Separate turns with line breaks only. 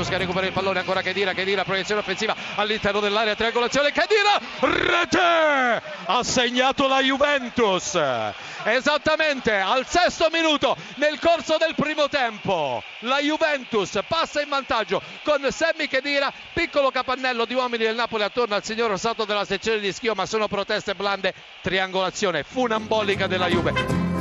Juventus che recupera il pallone, ancora Khedira, proiezione offensiva all'interno dell'area, triangolazione, Khedira, rete! Ha segnato la Juventus esattamente al 6° minuto nel corso del primo tempo. La Juventus passa in vantaggio con Sami Khedira, piccolo capannello di uomini del Napoli attorno al signor Rosato della sezione di Schio, ma sono proteste blande, triangolazione funambolica della Juve.